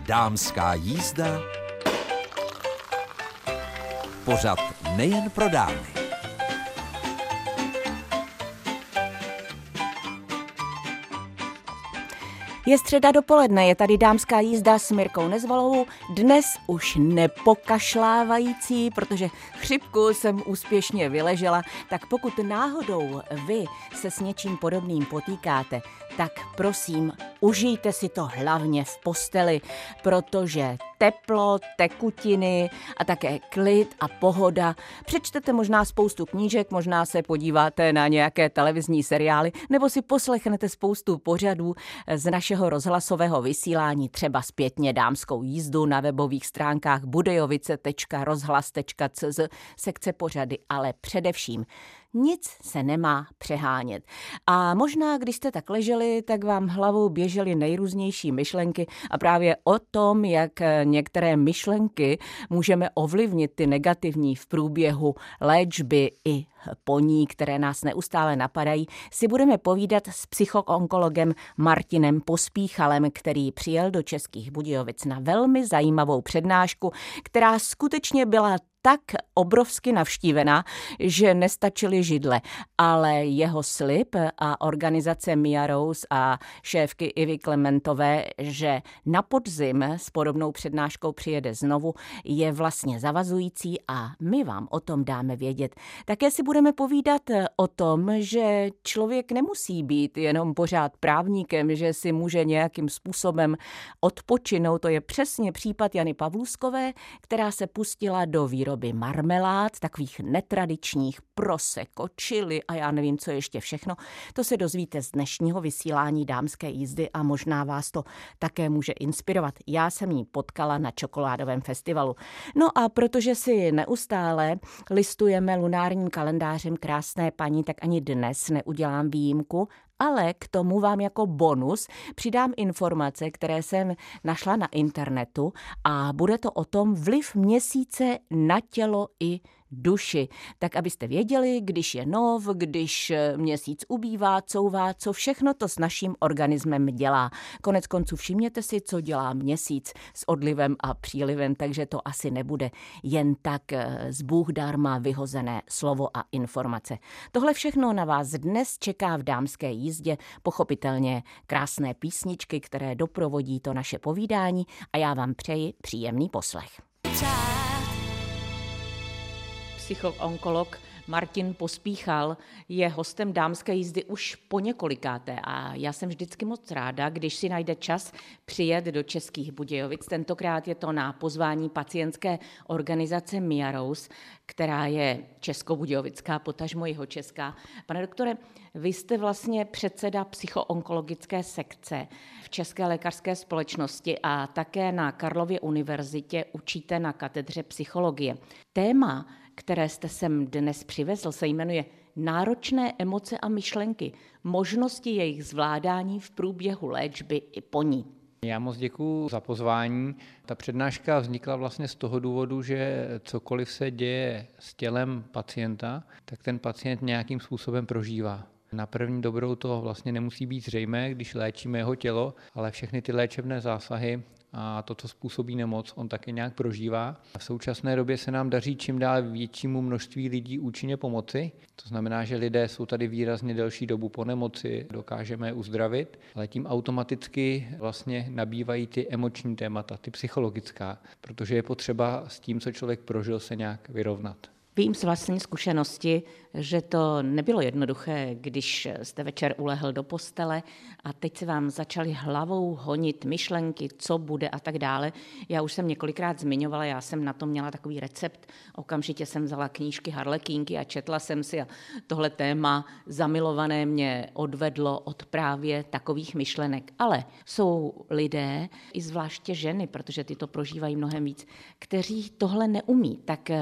Dámská jízda. Pořad nejen pro dámy. Je středa dopoledne, je tady Dámská jízda s Mirkou Nezvalovou, dnes už nepokašlávající, protože chřipku jsem úspěšně vyležela, tak pokud náhodou vy se s něčím podobným potýkáte, tak prosím, užijte si to hlavně v posteli, protože teplo, tekutiny a také klid a pohoda. Přečtete možná spoustu knížek, možná se podíváte na nějaké televizní seriály nebo si poslechnete spoustu pořadů z našeho rozhlasového vysílání, třeba zpětně Dámskou jízdu na webových stránkách budejovice.rozhlas.cz, sekce pořady, ale především nic se nemá přehánět. A možná, když jste tak leželi, tak vám hlavou běžely nejrůznější myšlenky a právě o tom, jak některé myšlenky můžeme ovlivnit ty negativní v průběhu léčby i po ní, které nás neustále napadají, si budeme povídat s psychoonkologem Martinem Pospíchalem, který přijel do Českých Budějovic na velmi zajímavou přednášku, která skutečně byla tak obrovsky navštívená, že nestačily židle. Ale jeho slib a organizace Mia Rose a šéfky Ivy Klementové, že na podzim s podobnou přednáškou přijede znovu, je vlastně zavazující a my vám o tom dáme vědět. Také si budeme povídat o tom, že člověk nemusí být jenom pořád právníkem, že si může nějakým způsobem odpočinout. To je přesně případ Jany Pavlůskové, která se pustila do výroby marmelád, takových netradičních, prosecco, chili a já nevím, co ještě všechno. To se dozvíte z dnešního vysílání Dámské jízdy a možná vás to také může inspirovat. Já jsem ji potkala na čokoládovém festivalu. No a protože si neustále listujeme lunárním kalendářem krásné paní, tak ani dnes neudělám výjimku, ale k tomu vám jako bonus přidám informace, které jsem našla na internetu a bude to o tom vliv měsíce na tělo i duši. Tak abyste věděli, když je nov, když měsíc ubývá, couvá, co všechno to s naším organismem dělá. Konec konců všimněte si, co dělá měsíc s odlivem a přílivem, takže to asi nebude jen tak z Bůh dárma vyhozené slovo a informace. Tohle všechno na vás dnes čeká v Dámské jízdě, pochopitelně krásné písničky, které doprovodí to naše povídání a já vám přeji příjemný poslech. Psychoonkolog Martin Pospíchal je hostem Dámské jízdy už po několikáté a já jsem vždycky moc ráda, když si najde čas přijet do Českých Budějovic. Tentokrát je to na pozvání pacientské organizace Mia Rose, která je českobudějovická, potažmo jihočeská. Pane doktore, vy jste vlastně předseda psychoonkologické sekce v České lékařské společnosti a také na Karlově univerzitě učíte na katedře psychologie. Téma, které jste sem dnes přivezl, se jmenuje Náročné emoce a myšlenky, možnosti jejich zvládání v průběhu léčby i po ní. Já moc děkuju za pozvání. Ta přednáška vznikla vlastně z toho důvodu, že cokoliv se děje s tělem pacienta, tak ten pacient nějakým způsobem prožívá. Na první dobrou to vlastně nemusí být zřejmé, když léčíme jeho tělo, ale všechny ty léčebné zásahy a to, co způsobí nemoc, on také nějak prožívá. V současné době se nám daří čím dál většímu množství lidí účinně pomoci. To znamená, že lidé jsou tady výrazně delší dobu po nemoci, dokážeme je uzdravit, ale tím automaticky vlastně nabývají ty emoční témata, ty psychologická, protože je potřeba s tím, co člověk prožil, se nějak vyrovnat. Vím z vlastní zkušenosti, že to nebylo jednoduché, když jste večer ulehl do postele a teď se vám začaly hlavou honit myšlenky, co bude a tak dále. Já už jsem několikrát zmiňovala, já jsem na to měla takový recept. Okamžitě jsem vzala knížky Harlekínky a četla jsem si a tohle téma zamilované mě odvedlo od právě takových myšlenek. Ale jsou lidé, i zvláště ženy, protože ty to prožívají mnohem víc, kteří tohle neumí. Tak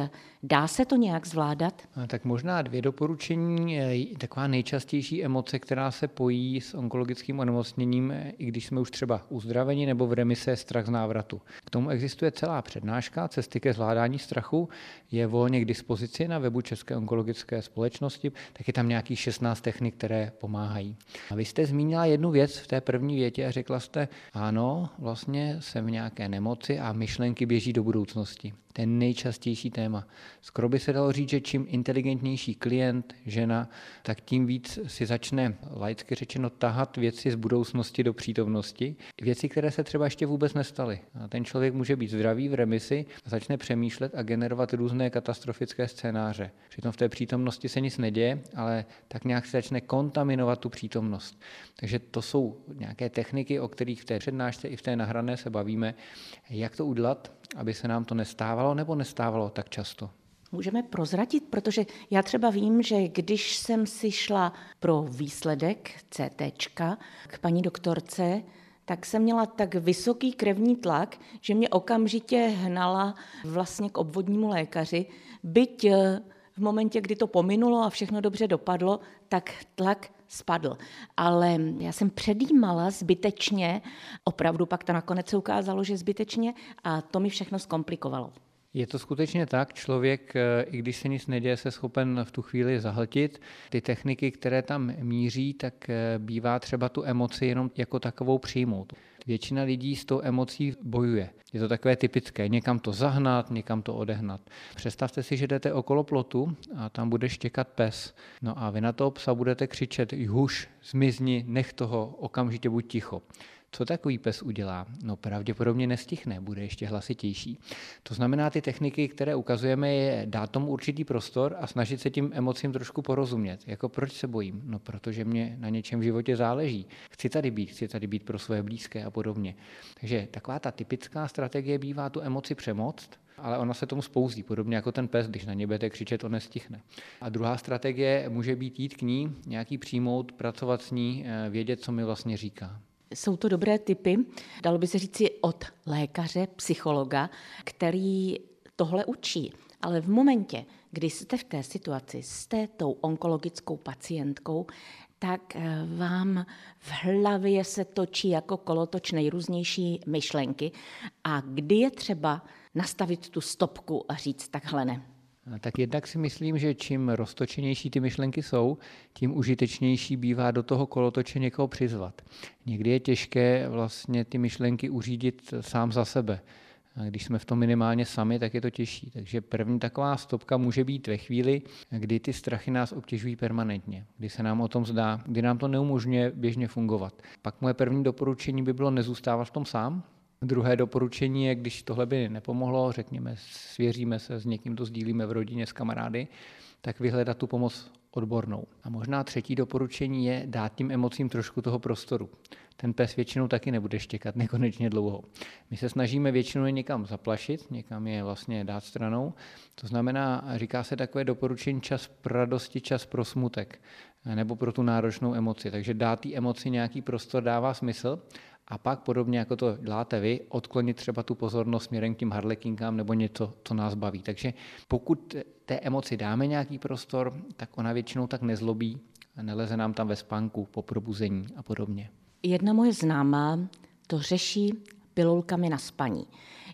Dá se to nějak zvládat? Tak možná 2 doporučení. Taková nejčastější emoce, která se pojí s onkologickým onemocněním, i když jsme už třeba uzdraveni nebo v remise, je strach z návratu. K tomu existuje celá přednáška Cesty ke zvládání strachu, je volně k dispozici na webu České onkologické společnosti, tak je tam nějakých 16 technik, které pomáhají. A vy jste zmínila jednu věc v té první větě a řekla jste, ano, vlastně jsem v nějaké nemoci a myšlenky běží do budoucnosti. To je nejčastější téma. Skoro by se dalo říct, že čím inteligentnější klient, žena, tak tím víc si začne laicky řečeno tahat věci z budoucnosti do přítomnosti. Věci, které se třeba ještě vůbec nestaly. A ten člověk může být zdravý v remisi a začne přemýšlet a generovat různé katastrofické scénáře. Přitom v té přítomnosti se nic neděje, ale tak nějak se začne kontaminovat tu přítomnost. Takže to jsou nějaké techniky, o kterých v té přednášce i v té nahrané se bavíme. Jak to udělat, aby se nám to nestávalo nebo nestávalo tak často? Můžeme prozradit, protože já třeba vím, že když jsem si šla pro výsledek CTčka k paní doktorce, tak jsem měla tak vysoký krevní tlak, že mě okamžitě hnala vlastně k obvodnímu lékaři, byť v momentě, kdy to pominulo a všechno dobře dopadlo, tak tlak spadl. Ale já jsem předjímala zbytečně, opravdu pak to nakonec se ukázalo, že zbytečně a to mi všechno zkomplikovalo. Je to skutečně tak, člověk, i když se nic neděje, se schopen v tu chvíli zahltit. Ty techniky, které tam míří, tak bývá třeba tu emoci jenom jako takovou přijmout. Většina lidí s tou emocí bojuje. Je to takové typické, někam to zahnat, někam to odehnat. Představte si, že jdete okolo plotu a tam bude štěkat pes. No a vy na toho psa budete křičet, huš, zmizni, nech toho, okamžitě buď ticho. Co takový pes udělá? No pravděpodobně nestihne, bude ještě hlasitější. To znamená, ty techniky, které ukazujeme, je dát tomu určitý prostor a snažit se tím emocím trošku porozumět. Jako proč se bojím? No protože mě na něčem v životě záleží. Chci tady být pro své blízké a podobně. Takže taková ta typická strategie bývá tu emoci přemoct, ale ona se tomu spouzí, podobně jako ten pes, když na ně budete křičet, on nestihne. A druhá strategie může být jít k ní, nějaký přijmout, pracovat s ní, vědět, co mi vlastně říká. Jsou to dobré tipy, dalo by se říci od lékaře, psychologa, který tohle učí. Ale v momentě, kdy jste v té situaci, jste tou onkologickou pacientkou, tak vám v hlavě se točí jako kolotoč nejrůznější myšlenky. A kdy je třeba nastavit tu stopku a říct takhle ne? Tak jednak si myslím, že čím roztočenější ty myšlenky jsou, tím užitečnější bývá do toho kolotoče někoho přizvat. Někdy je těžké vlastně ty myšlenky uřídit sám za sebe. A když jsme v tom minimálně sami, tak je to těžší. Takže první taková stopka může být ve chvíli, kdy ty strachy nás obtěžují permanentně, kdy se nám o tom zdá, kdy nám to neumožňuje běžně fungovat. Pak moje první doporučení by bylo nezůstávat v tom sám. Druhé doporučení je, když tohle by nepomohlo, řekněme, svěříme se, s někým to sdílíme v rodině, s kamarády, tak vyhledat tu pomoc odbornou. A možná třetí doporučení je dát tím emocím trošku toho prostoru. Ten pes většinou taky nebude štěkat nekonečně dlouho. My se snažíme většinou je někam zaplašit, někam je vlastně dát stranou. To znamená, říká se takové doporučení čas pro radosti, čas pro smutek, nebo pro tu náročnou emoci. Takže dát té emoci nějaký prostor dává smysl. A pak podobně, jako to děláte vy, odklonit třeba tu pozornost směrem k tím harlekinkám nebo něco, co nás baví. Takže pokud té emoci dáme nějaký prostor, tak ona většinou tak nezlobí a neleze nám tam ve spánku po probuzení a podobně. Jedna moje známá to řeší pilulkami na spaní.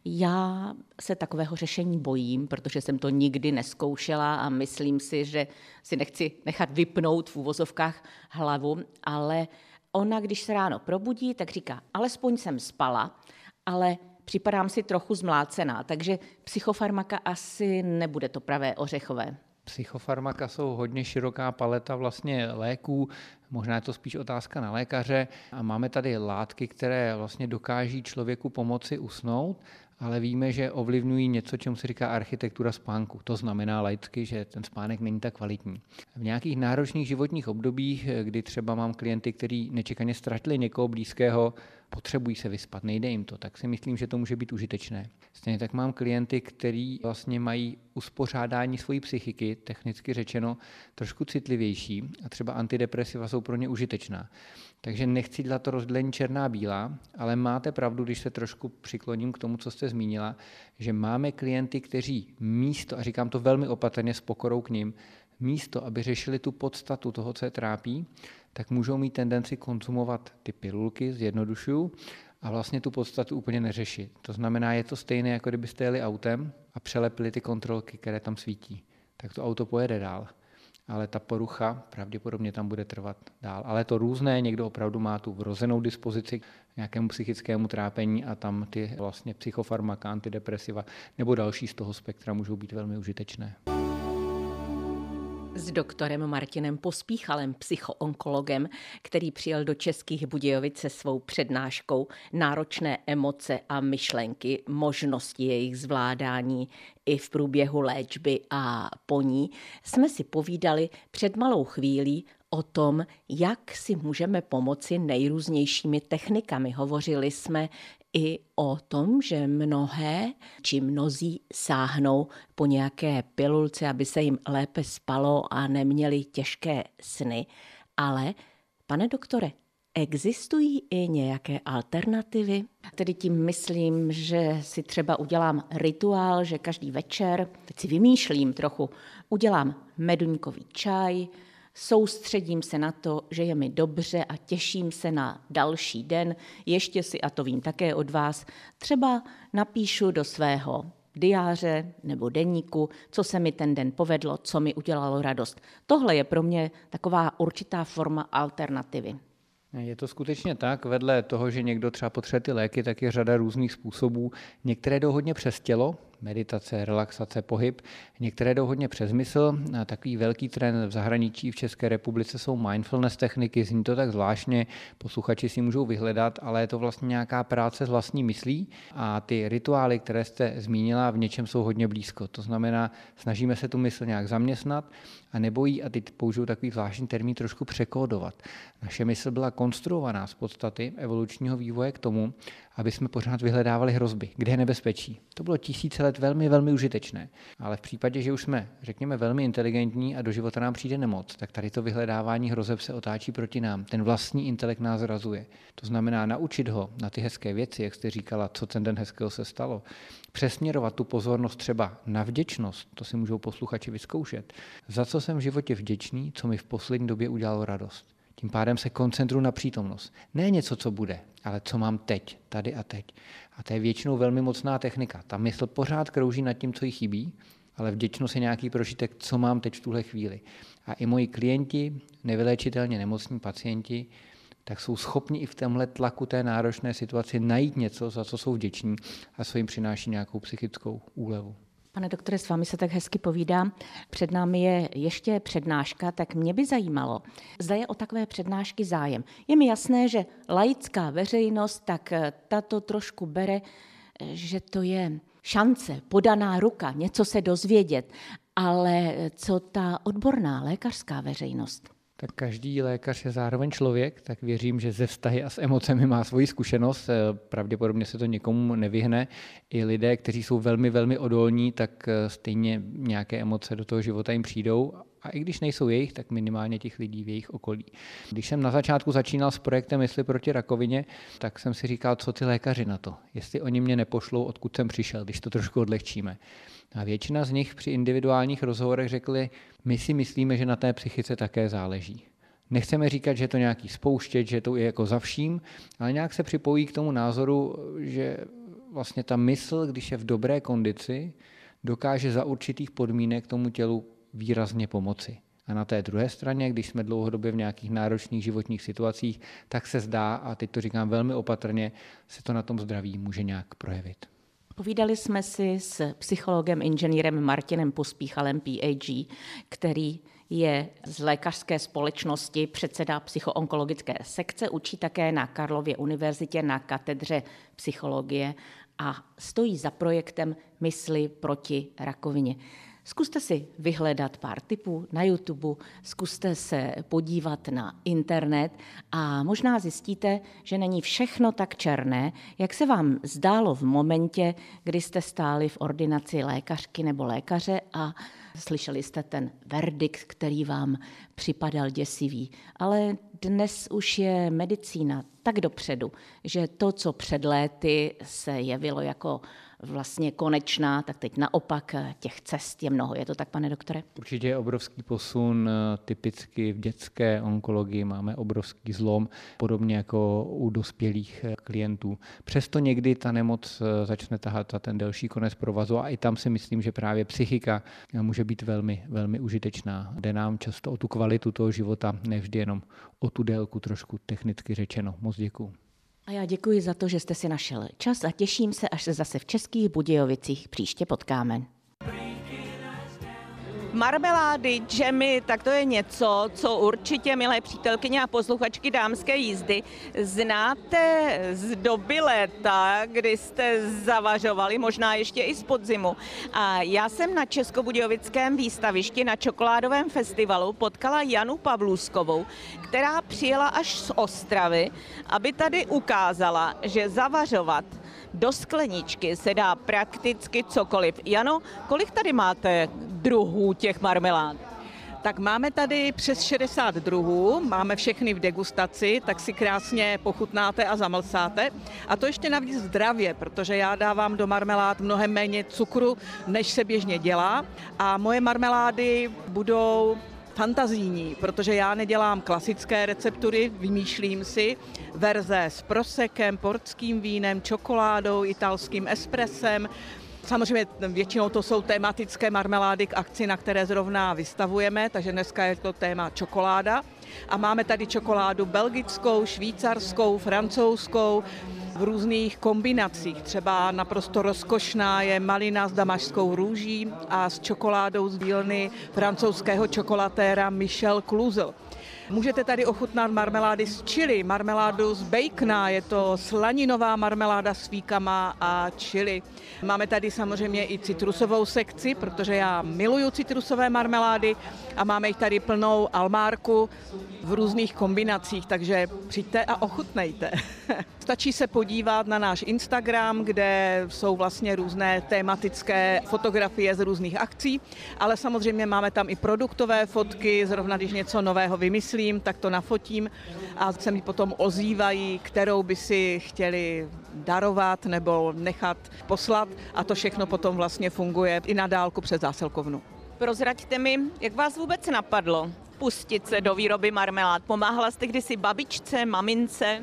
Já se takového řešení bojím, protože jsem to nikdy nezkoušela a myslím si, že si nechci nechat vypnout v uvozovkách hlavu, ale ona, když se ráno probudí, tak říká, alespoň jsem spala, ale připadám si trochu zmlácená, takže psychofarmaka asi nebude to pravé ořechové. Psychofarmaka jsou hodně široká paleta vlastně léků, možná je to spíš otázka na lékaře. A máme tady látky, které vlastně dokáží člověku pomoci usnout, ale víme, že ovlivňují něco, čemu se říká architektura spánku. To znamená laicky, že ten spánek není tak kvalitní. V nějakých náročných životních obdobích, kdy třeba mám klienty, kteří nečekaně ztratili někoho blízkého potřebují se vyspat, nejde jim to, tak si myslím, že to může být užitečné. Stejně tak mám klienty, kteří vlastně mají uspořádání své psychiky, technicky řečeno, trošku citlivější a třeba antidepresiva jsou pro ně užitečná. Takže nechci dělat to rozdělení černá-bílá, ale máte pravdu, když se trošku přikloním k tomu, co jste zmínila, že máme klienty, kteří místo, a říkám to velmi opatrně s pokorou k nim, místo, aby řešili tu podstatu toho, co je trápí, tak můžou mít tendenci konzumovat ty pilulky, zjednodušuju, a vlastně tu podstatu úplně neřešit. To znamená, je to stejné, jako kdybyste jeli autem a přelepili ty kontrolky, které tam svítí. Tak to auto pojede dál. Ale ta porucha pravděpodobně tam bude trvat dál. Ale to různé, někdo opravdu má tu vrozenou dispozici k nějakému psychickému trápení a tam ty vlastně psychofarmaka, antidepresiva nebo další z toho spektra můžou být velmi užitečné. S doktorem Martinem Pospíchalem, psychoonkologem, který přijel do Českých Budějovic se svou přednáškou Náročné emoce a myšlenky, možnosti jejich zvládání i v průběhu léčby a po ní, jsme si povídali před malou chvílí o tom, jak si můžeme pomoci nejrůznějšími technikami. Hovořili jsme i o tom, že mnohé či mnozí sáhnou po nějaké pilulce, aby se jim lépe spalo a neměli těžké sny. Ale, pane doktore, existují i nějaké alternativy? Tedy tím myslím, že si třeba udělám rituál, že každý večer, teď si vymýšlím trochu, udělám meduňkový čaj, soustředím se na to, že je mi dobře a těším se na další den. Ještě si, a to vím také od vás, třeba napíšu do svého diáře nebo deníku, co se mi ten den povedlo, co mi udělalo radost. Tohle je pro mě taková určitá forma alternativy. Je to skutečně tak, vedle toho, že někdo třeba potřebuje ty léky, tak je řada různých způsobů. Některé jdou hodně přes tělo, meditace, relaxace, pohyb, některé jdou hodně přes mysl. Takový velký trend v zahraničí v České republice jsou mindfulness techniky, zní to tak zvláštně, posluchači si můžou vyhledat, ale je to vlastně nějaká práce s vlastní myslí a ty rituály, které jste zmínila, v něčem jsou hodně blízko. To znamená, snažíme se tu mysl nějak zaměstnat a nebo ji, a teď použiju takový zvláštní termín, trošku překódovat. Naše mysl byla konstruovaná z podstaty evolučního vývoje k tomu, aby jsme pořád vyhledávali hrozby, kde je nebezpečí. To bylo tisíce let velmi, velmi užitečné. Ale v případě, že už jsme, řekněme, velmi inteligentní a do života nám přijde nemoc, tak tady to vyhledávání hrozeb se otáčí proti nám. Ten vlastní intelekt nás zrazuje. To znamená naučit ho na ty hezké věci, jak jste říkala, co ten den hezkého se stalo. Přesměrovat tu pozornost třeba na vděčnost, to si můžou posluchači vyzkoušet. Za co jsem v životě vděčný, co mi v poslední době udělalo radost. Tím pádem se koncentruji na přítomnost. Ne něco, co bude, ale co mám teď, tady a teď. A to je většinou velmi mocná technika. Ta mysl pořád krouží nad tím, co jí chybí, ale vděčnost je nějaký prožitek, co mám teď v tuhle chvíli. A i moji klienti, nevyléčitelně nemocní pacienti, tak jsou schopni i v tomhle tlaku té náročné situaci najít něco, za co jsou vděční a co jim přináší nějakou psychickou úlevu. Pane doktore, s vámi se tak hezky povídám. Před námi je ještě přednáška, tak mě by zajímalo, zda je o takové přednášky zájem. Je mi jasné, že laická veřejnost tak tato trošku bere, že to je šance, podaná ruka, něco se dozvědět. Ale co ta odborná lékařská veřejnost? Tak každý lékař je zároveň člověk, tak věřím, že ze vztahy a s emocemi má svoji zkušenost. Pravděpodobně se to někomu nevyhne. I lidé, kteří jsou velmi, velmi odolní, tak stejně nějaké emoce do toho života jim přijdou. A i když nejsou jejich, tak minimálně těch lidí v jejich okolí. Když jsem na začátku začínal s projektem Mysli proti rakovině, tak jsem si říkal, co ty lékaři na to. Jestli oni mě nepošlou, odkud jsem přišel, když to trošku odlehčíme. A většina z nich při individuálních rozhovorech řekli, my si myslíme, že na té psychice také záleží. Nechceme říkat, že je to nějaký spouštěč, že to je jako za vším, ale nějak se připojí k tomu názoru, že vlastně ta mysl, když je v dobré kondici, dokáže za určitých podmínek tomu tělu výrazně pomoci. A na té druhé straně, když jsme dlouhodobě v nějakých náročných životních situacích, tak se zdá, a teď to říkám velmi opatrně, se to na tom zdraví může nějak projevit. Povídali jsme si s psychologem, inženýrem Martinem Pospíchalem, PhD, který je z lékařské společnosti, předseda psychoonkologické sekce, učí také na Karlově univerzitě na katedře psychologie a stojí za projektem Mysli proti rakovině. Zkuste si vyhledat pár tipů na YouTube, zkuste se podívat na internet a možná zjistíte, že není všechno tak černé, jak se vám zdálo v momentě, kdy jste stáli v ordinaci lékařky nebo lékaře a slyšeli jste ten verdikt, který vám připadal děsivý. Ale dnes už je medicína tak dopředu, že to, co před léty se jevilo jako vlastně konečná, tak teď naopak těch cest je mnoho. Je to tak, pane doktore? Určitě je obrovský posun, typicky v dětské onkologii máme obrovský zlom, podobně jako u dospělých klientů. Přesto někdy ta nemoc začne tahat za ten delší konec provazu a i tam si myslím, že právě psychika může být velmi, velmi užitečná. Jde nám často o tu kvalitu toho života, nevždy jenom o tu délku, trošku technicky řečeno. Moc děkuju. A já děkuji za to, že jste si našel čas a těším se, až se zase v Českých Budějovicích příště potkáme. Marmelády, džemy, tak to je něco, co určitě, milé přítelkyně a posluchačky dámské jízdy, znáte z doby léta, kdy jste zavařovali, možná ještě i z podzimu. A já jsem na Českobudějovickém výstavišti na čokoládovém festivalu potkala Janu Pavlůskovou, která přijela až z Ostravy, aby tady ukázala, že zavařovat do skleničky se dá prakticky cokoliv. Jano, kolik tady máte druhů těch marmelád? Tak máme tady přes 60 druhů, máme všechny v degustaci, tak si krásně pochutnáte a zamlsáte. A to ještě navíc zdravě, protože já dávám do marmelád mnohem méně cukru, než se běžně dělá. A moje marmelády budou fantazijní, protože já nedělám klasické receptury, vymýšlím si verze s prosekem, portským vínem, čokoládou, italským espressem. Samozřejmě většinou to jsou tematické marmelády k akci, na které zrovna vystavujeme, takže dneska je to téma čokoláda. A máme tady čokoládu belgickou, švýcarskou, francouzskou, v různých kombinacích. Třeba naprosto rozkošná je malina s damašskou růží a s čokoládou z dílny francouzského čokolatéra Michel Cluzel. Můžete tady ochutnat marmelády z chili, marmeládu z bacona, je to slaninová marmeláda s fíkama a chili. Máme tady samozřejmě i citrusovou sekci, protože já miluju citrusové marmelády a máme jich tady plnou almárku v různých kombinacích, takže přijďte a ochutnejte. Stačí se podívat na náš Instagram, kde jsou vlastně různé tematické fotografie z různých akcí, ale samozřejmě máme tam i produktové fotky, zrovna když něco nového vymyslím, tak to nafotím a se mi potom ozývají, kterou by si chtěli darovat nebo nechat poslat a to všechno potom vlastně funguje i na dálku přes zásilkovnu. Prozraďte mi, jak vás vůbec napadlo pustit se do výroby marmelád? Pomáhala jste kdysi babičce, mamince?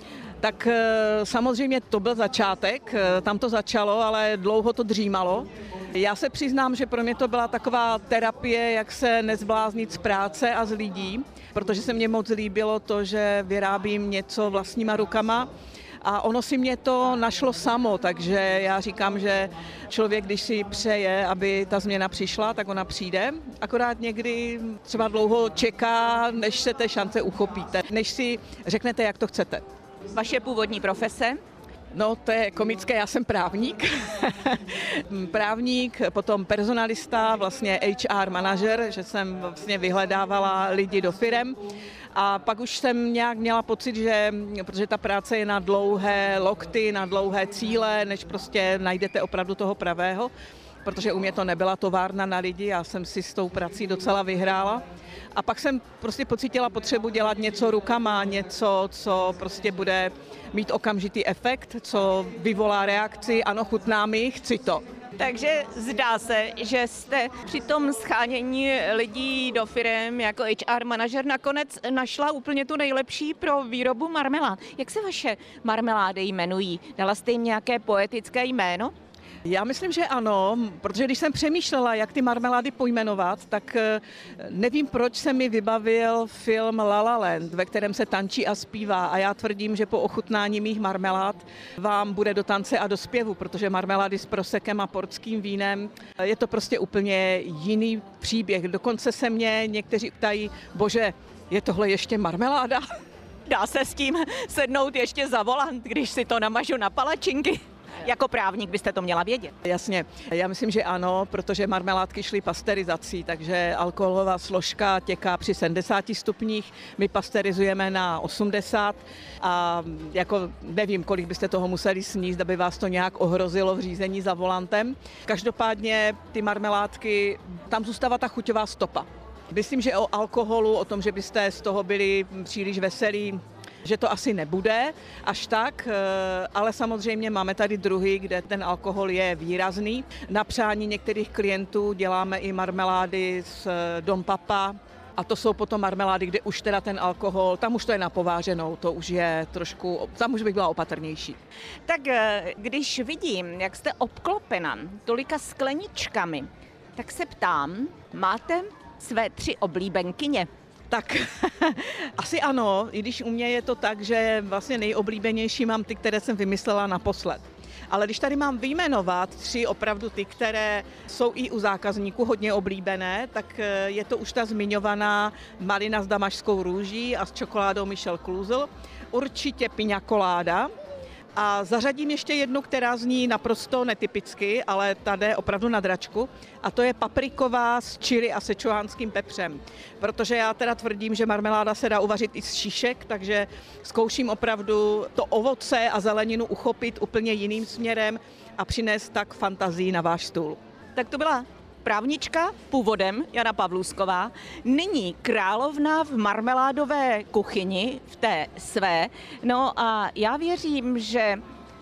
Tak samozřejmě to byl začátek, tam to začalo, ale dlouho to dřímalo. Já se přiznám, že pro mě to byla taková terapie, jak se nezbláznit z práce a z lidí, protože se mně moc líbilo to, že vyrábím něco vlastníma rukama a ono si mě to našlo samo, takže já říkám, že člověk, když si přeje, aby ta změna přišla, tak ona přijde. Akorát někdy třeba dlouho čeká, než se té šance uchopíte, než si řeknete, jak to chcete. Vaše původní profese? No, to je komické, já jsem právník. Právník, potom personalista, vlastně HR manažer, že jsem vlastně vyhledávala lidi do firem. A pak už jsem nějak měla pocit, že protože ta práce je na dlouhé lokty, na dlouhé cíle, než prostě najdete opravdu toho pravého, protože u mě to nebyla továrna na lidi, já jsem si s tou prací docela vyhrála. A pak jsem prostě pocítila potřebu dělat něco rukama, něco, co prostě bude mít okamžitý efekt, co vyvolá reakci, ano, chutná mi, chci to. Takže zdá se, že jste při tom schánění lidí do firem jako HR manažer nakonec našla úplně tu nejlepší pro výrobu marmelád. Jak se vaše marmelády jmenují? Dala jste jim nějaké poetické jméno? Já myslím, že ano, protože když jsem přemýšlela, jak ty marmelády pojmenovat, tak nevím, proč se mi vybavil film La La Land, ve kterém se tančí a zpívá a já tvrdím, že po ochutnání mých marmelád vám bude do tance a do zpěvu, protože marmelády s prosekem a portským vínem, je to prostě úplně jiný příběh. Dokonce se mě někteří ptají, bože, je tohle ještě marmeláda? Dá se s tím sednout ještě za volant, když si to namažu na palačinky? Jako právník byste to měla vědět. Jasně, já myslím, že ano, protože marmeládky šly pasterizací, takže alkoholová složka těká při 70 stupních, my pasterizujeme na 80 a jako nevím, kolik byste toho museli sníst, aby vás to nějak ohrozilo v řízení za volantem. Každopádně ty marmeládky, tam zůstává ta chuťová stopa. Myslím, že o alkoholu, o tom, že byste z toho byli příliš veselí, že to asi nebude až tak, ale samozřejmě máme tady druhy, kde ten alkohol je výrazný. Na přání některých klientů děláme i marmelády z Dom Papa a to jsou potom marmelády, kde už teda ten alkohol, tam už to je napováženou, to už je trošku, tam už bych byla opatrnější. Tak když vidím, jak jste obklopena tolika skleničkami, tak se ptám, máte své 3 oblíbenkyně? Tak asi ano, i když u mě je to tak, že vlastně nejoblíbenější mám ty, které jsem vymyslela naposled. Ale když tady mám vyjmenovat 3 opravdu ty, které jsou i u zákazníků hodně oblíbené, tak je to už ta zmiňovaná malina s damašskou růží a s čokoládou Michel Kluzl. Určitě piña colada. A zařadím ještě jednu, která zní naprosto netypicky, ale ta jde opravdu na dračku, a to je papriková s chili a sečuánským pepřem. Protože já teda tvrdím, že marmeláda se dá uvařit i z šišek, takže zkouším opravdu to ovoce a zeleninu uchopit úplně jiným směrem a přinést tak fantazii na váš stůl. Tak to byla právnička původem Jana Pavlůsková, nyní královna v marmeládové kuchyni, v té své. No a já věřím, že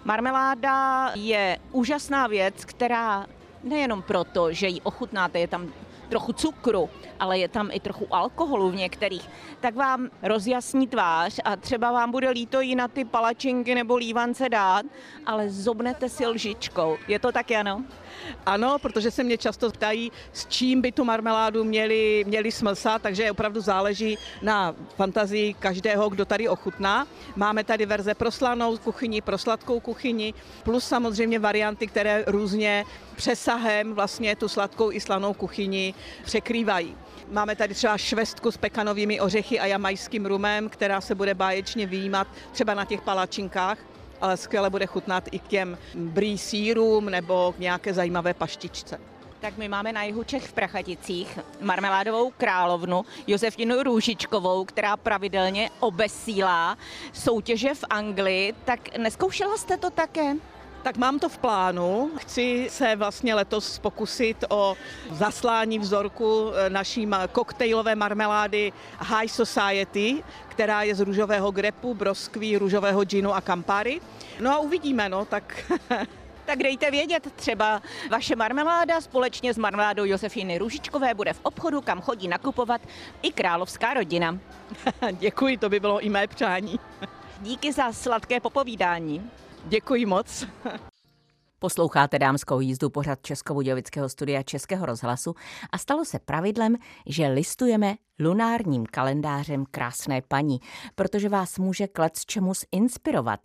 marmeláda je úžasná věc, která nejenom proto, že ji ochutnáte, je tam trochu cukru, ale je tam i trochu alkoholu v některých, tak vám rozjasní tvář a třeba vám bude líto jí na ty palačinky nebo lívance dát, ale zobnete si lžičkou. Je to tak, Jano? Ano, protože se mě často ptají, s čím by tu marmeládu měli smlsat, takže opravdu záleží na fantazii každého, kdo tady ochutná. Máme tady verze pro slanou kuchyni, pro sladkou kuchyni, plus samozřejmě varianty, které různě přesahem vlastně tu sladkou i slanou kuchyni překrývají. Máme tady třeba švestku s pekanovými ořechy a jamajským rumem, která se bude báječně vyjímat třeba na těch palačinkách, ale skvěle bude chutnat i k těm brý sýrům nebo k nějaké zajímavé paštičce. Tak my máme na jihu Čech v Prachaticích marmeládovou královnu Josefinu Růžičkovou, která pravidelně obesílá soutěže v Anglii. Tak neskoušela jste to také? Tak mám to v plánu. Chci se vlastně letos pokusit o zaslání vzorku naší koktejlové marmelády High Society, která je z růžového grepu, broskví, růžového džinu a Campari. No a uvidíme, tak... Tak dejte vědět, třeba vaše marmeláda společně s marmeládou Josefiny Růžičkové bude v obchodu, kam chodí nakupovat i královská rodina. Děkuji, to by bylo i mé přání. Díky za sladké popovídání. Děkuji moc. Posloucháte Dámskou jízdu, pořad Českobudějovického studia Českého rozhlasu a stalo se pravidlem, že listujeme lunárním kalendářem krásné paní, protože vás může klecčemus inspirovat.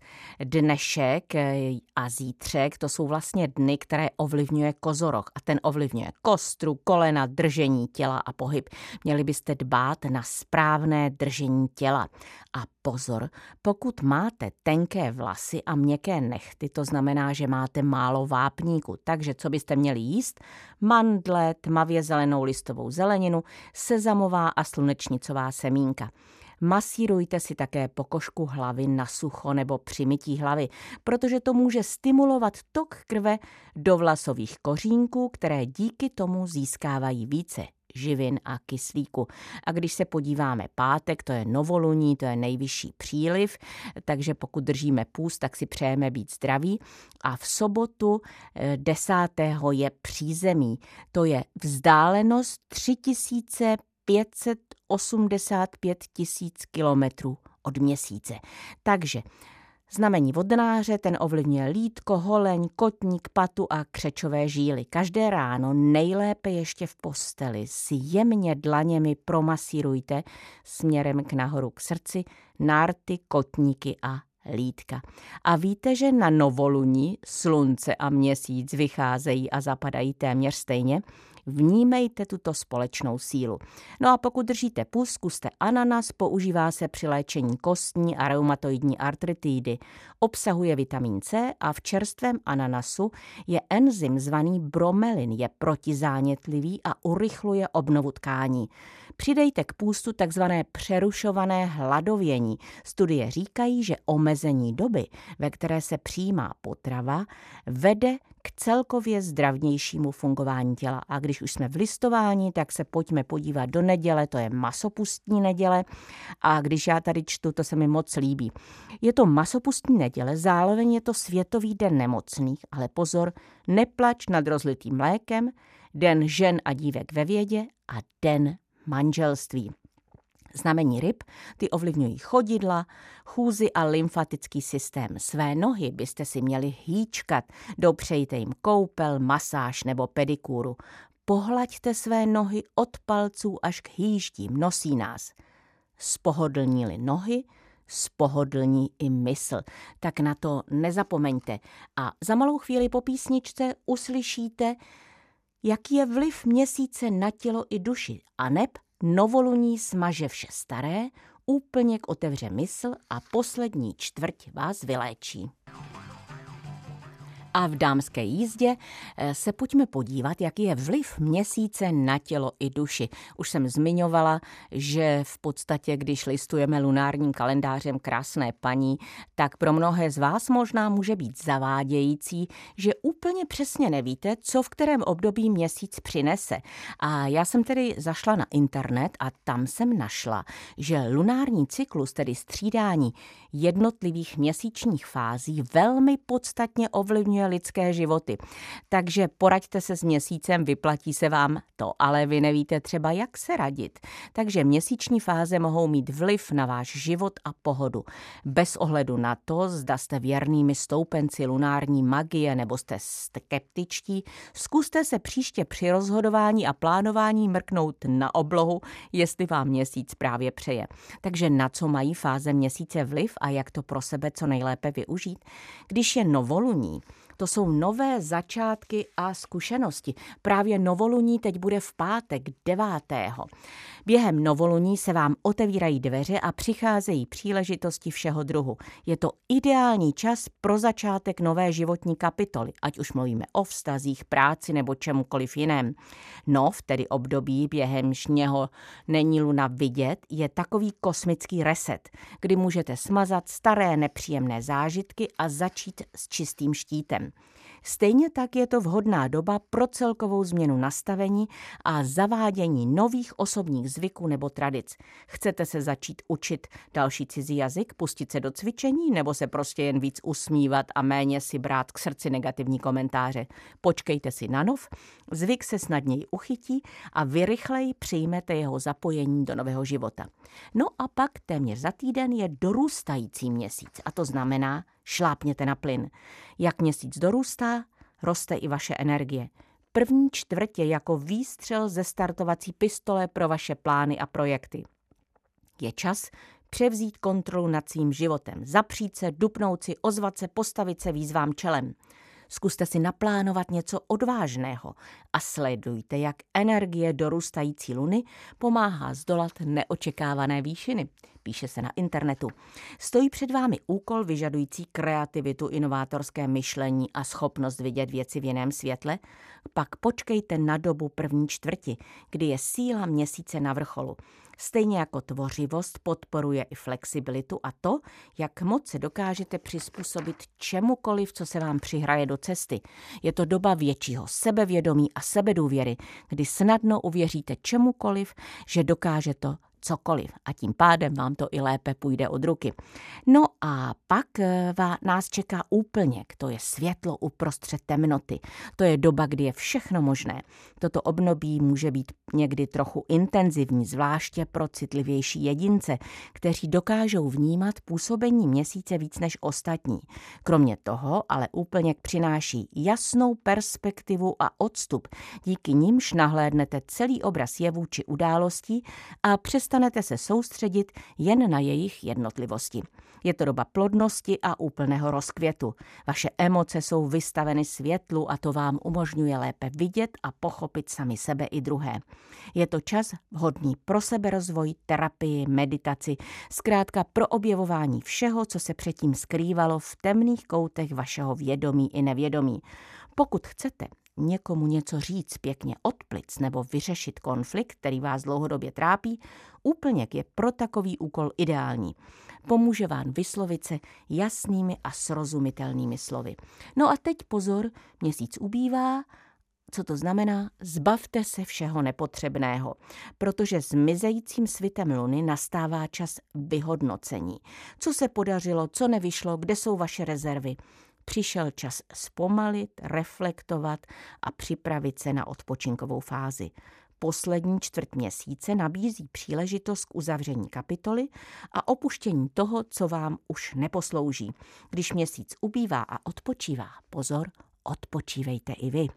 Dnešek a zítřek, to jsou vlastně dny, které ovlivňuje kozoroch a ten ovlivňuje kostru, kolena, držení těla a pohyb. Měli byste dbát na správné držení těla. A pozor, pokud máte tenké vlasy a měkké nehty, to znamená, že máte málo vápníku, takže co byste měli jíst? Mandle, tmavě zelenou listovou zeleninu, sezamová a slunečnicová semínka. Masírujte si také pokožku hlavy na sucho nebo při mytí hlavy, protože to může stimulovat tok krve do vlasových kořínků, které díky tomu získávají více živin a kyslíku. A když se podíváme pátek, to je novoluní, to je nejvyšší příliv, takže pokud držíme půst, tak si přejeme být zdraví. A v sobotu 10. je přízemí, to je vzdálenost 3585 000 kilometrů od měsíce. Takže znamení vodnáře, ten ovlivňuje lýtko, holeň, kotník, patu a křečové žíly. Každé ráno, nejlépe ještě v posteli, si jemně dlaněmi promasírujte směrem k nahoru k srdci nárty, kotníky a lýtka. A víte, že na novoluní slunce a měsíc vycházejí a zapadají téměř stejně? Vnímejte tuto společnou sílu. No a pokud držíte puls, zkuste ananas, používá se při léčení kostní a reumatoidní artritidy. Obsahuje vitamin C a v čerstvém ananasu je enzym zvaný bromelin, je protizánětlivý a urychluje obnovu tkání. Přidejte k půstu takzvané přerušované hladovění. Studie říkají, že omezení doby, ve které se přijímá potrava, vede k celkově zdravnějšímu fungování těla. A když už jsme v listování, tak se pojďme podívat do neděle, to je masopustní neděle. A když já tady čtu, to se mi moc líbí. Je to masopustní neděle, zároveň je to Světový den nemocných, ale pozor, neplač nad rozlitým mlékem, den žen a dívek ve vědě a den manželství. Znamení ryb, ty ovlivňují chodidla, chůzi a lymfatický systém. Své nohy byste si měli hýčkat, dopřejte jim koupel, masáž nebo pedikúru. Pohlaďte své nohy od palců až k hýždím, nosí nás. Spohodlní-li nohy, spohodlní i mysl. Tak na to nezapomeňte. A za malou chvíli po písničce uslyšíte, jaký je vliv měsíce na tělo i duši. Aneb novoluní smaže vše staré, úplně otevře mysl a poslední čtvrť vás vyléčí. A v dámské jízdě se pojďme podívat, jaký je vliv měsíce na tělo i duši. Už jsem zmiňovala, že v podstatě, když listujeme lunárním kalendářem Krásné paní, tak pro mnohé z vás možná může být zavádějící, že úplně přesně nevíte, co v kterém období měsíc přinese. A já jsem tedy zašla na internet a tam jsem našla, že lunární cyklus, tedy střídání jednotlivých měsíčních fází, velmi podstatně ovlivňuje lidské životy. Takže poraďte se s měsícem, vyplatí se vám to, ale vy nevíte třeba, jak se radit. Takže měsíční fáze mohou mít vliv na váš život a pohodu. Bez ohledu na to, zda jste věrnými stoupenci lunární magie nebo jste skeptičtí, zkuste se příště při rozhodování a plánování mrknout na oblohu, jestli vám měsíc právě přeje. Takže na co mají fáze měsíce vliv a jak to pro sebe co nejlépe využít? Když je novoluní, to jsou nové začátky a zkušenosti. Právě novoluní teď bude v pátek 9. Během novoluní se vám otevírají dveře a přicházejí příležitosti všeho druhu. Je to ideální čas pro začátek nové životní kapitoly, ať už mluvíme o vztazích, práci nebo čemukoliv jiném. Nov, tedy období, běhemž něho není luna vidět, je takový kosmický reset, kdy můžete smazat staré nepříjemné zážitky a začít s čistým štítem. Stejně tak je to vhodná doba pro celkovou změnu nastavení a zavádění nových osobních zvyků nebo tradic. Chcete se začít učit další cizí jazyk, pustit se do cvičení nebo se prostě jen víc usmívat a méně si brát k srdci negativní komentáře? Počkejte si na nov, zvyk se snadněji uchytí a vy rychleji přijmete jeho zapojení do nového života. No a pak téměř za týden je dorůstající měsíc a to znamená, šlápněte na plyn. Jak měsíc dorůstá, roste i vaše energie. První čtvrť je jako výstřel ze startovací pistole pro vaše plány a projekty. Je čas převzít kontrolu nad svým životem, zapřít se, dupnout si, ozvat se, postavit se výzvám čelem. Zkuste si naplánovat něco odvážného a sledujte, jak energie dorůstající luny pomáhá zdolat neočekávané výšiny. Píše se na internetu. Stojí před vámi úkol vyžadující kreativitu, inovátorské myšlení a schopnost vidět věci v jiném světle? Pak počkejte na dobu první čtvrti, kdy je síla měsíce na vrcholu. Stejně jako tvořivost podporuje i flexibilitu a to, jak moc se dokážete přizpůsobit čemukoliv, co se vám přihraje do cesty. Je to doba většího sebevědomí a sebedůvěry, kdy snadno uvěříte čemukoliv, že dokáže to cokoliv a tím pádem vám to i lépe půjde od ruky. No a pak nás čeká úplněk, to je světlo uprostřed temnoty. To je doba, kdy je všechno možné. Toto období může být někdy trochu intenzivní, zvláště pro citlivější jedince, kteří dokážou vnímat působení měsíce víc než ostatní. Kromě toho ale úplněk přináší jasnou perspektivu a odstup, díky nímž nahlédnete celý obraz jevů či událostí a přestanete přestanete se soustředit jen na jejich jednotlivosti. Je to doba plodnosti a úplného rozkvětu. Vaše emoce jsou vystaveny světlu a to vám umožňuje lépe vidět a pochopit sami sebe i druhé. Je to čas vhodný pro seberozvoj, terapii, meditaci, zkrátka pro objevování všeho, co se předtím skrývalo v temných koutech vašeho vědomí i nevědomí. Pokud chcete někomu něco říct pěkně od plic nebo vyřešit konflikt, který vás dlouhodobě trápí, úplněk je pro takový úkol ideální. Pomůže vám vyslovit se jasnými a srozumitelnými slovy. No a teď pozor, měsíc ubývá. Co to znamená? Zbavte se všeho nepotřebného, protože zmizejícím svitem luny nastává čas vyhodnocení. Co se podařilo, co nevyšlo, kde jsou vaše rezervy? Přišel čas zpomalit, reflektovat a připravit se na odpočinkovou fázi. Poslední čtvrt měsíce nabízí příležitost k uzavření kapitoly a opuštění toho, co vám už neposlouží. Když měsíc ubývá a odpočívá, pozor, odpočívejte i vy.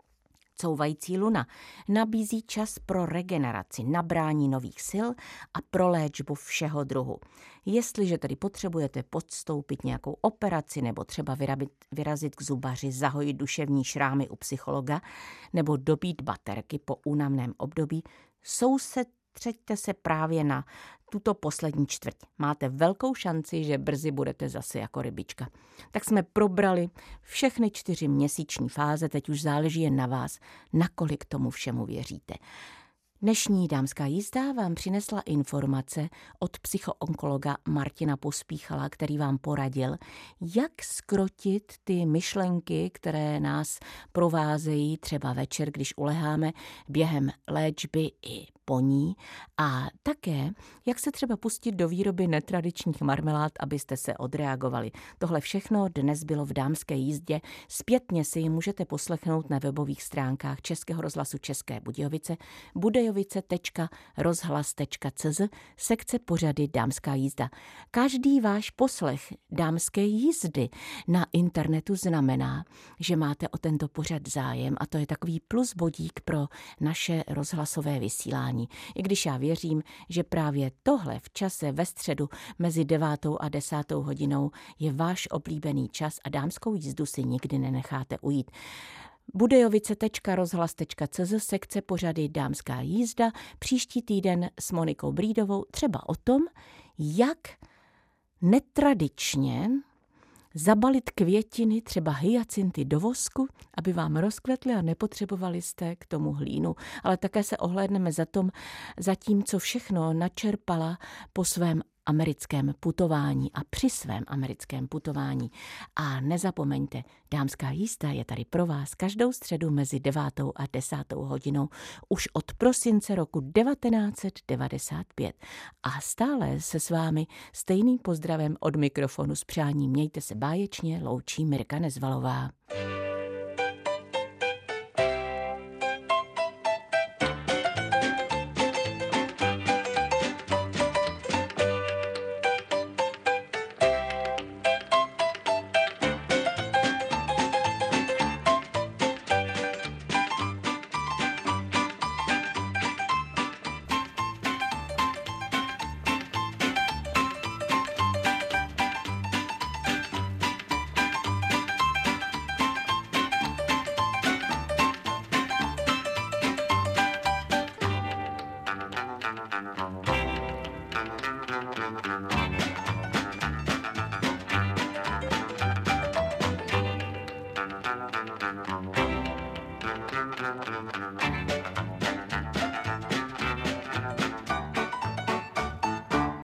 Couvající luna nabízí čas pro regeneraci, nabrání nových sil a pro léčbu všeho druhu. Jestliže tedy potřebujete podstoupit nějakou operaci nebo třeba vyrazit k zubaři, zahojit duševní šrámy u psychologa nebo dobít baterky po únavném období, soustřeďte se právě na tuto poslední čtvrť. Máte velkou šanci, že brzy budete zase jako rybička. Tak jsme probrali všechny 4 měsíční fáze, teď už záleží jen na vás, nakolik tomu všemu věříte. Dnešní dámská jízda vám přinesla informace od psychoonkologa Martina Pospíchala, který vám poradil, jak zkrotit ty myšlenky, které nás provázejí třeba večer, když uleháme, během léčby i po ní, a také, jak se třeba pustit do výroby netradičních marmelád, abyste se odreagovali. Tohle všechno dnes bylo v dámské jízdě. Zpětně si ji můžete poslechnout na webových stránkách Českého rozhlasu České Budějovice, budějovice.rozhlas.cz, sekce pořady Dámská jízda. Každý váš poslech dámské jízdy na internetu znamená, že máte o tento pořad zájem a to je takový plusbodík pro naše rozhlasové vysílání. I když já věřím, že právě tohle v čase ve středu mezi 9. a 10. hodinou je váš oblíbený čas a dámskou jízdu si nikdy nenecháte ujít. budějovice.rozhlas.cz, sekce pořady Dámská jízda, příští týden s Monikou Brídovou třeba o tom, jak netradičně zabalit květiny, třeba hyacinty, do vosku, aby vám rozkvetly a nepotřebovali jste k tomu hlínu. Ale také se ohlédneme za tím, co všechno načerpala po svém americkém putování a při svém americkém putování. A nezapomeňte, dámská jízda je tady pro vás každou středu mezi 9. a 10. hodinou už od prosince roku 1995. A stále se s vámi stejným pozdravem od mikrofonu s přáním mějte se báječně loučí Mirka Nezvalová.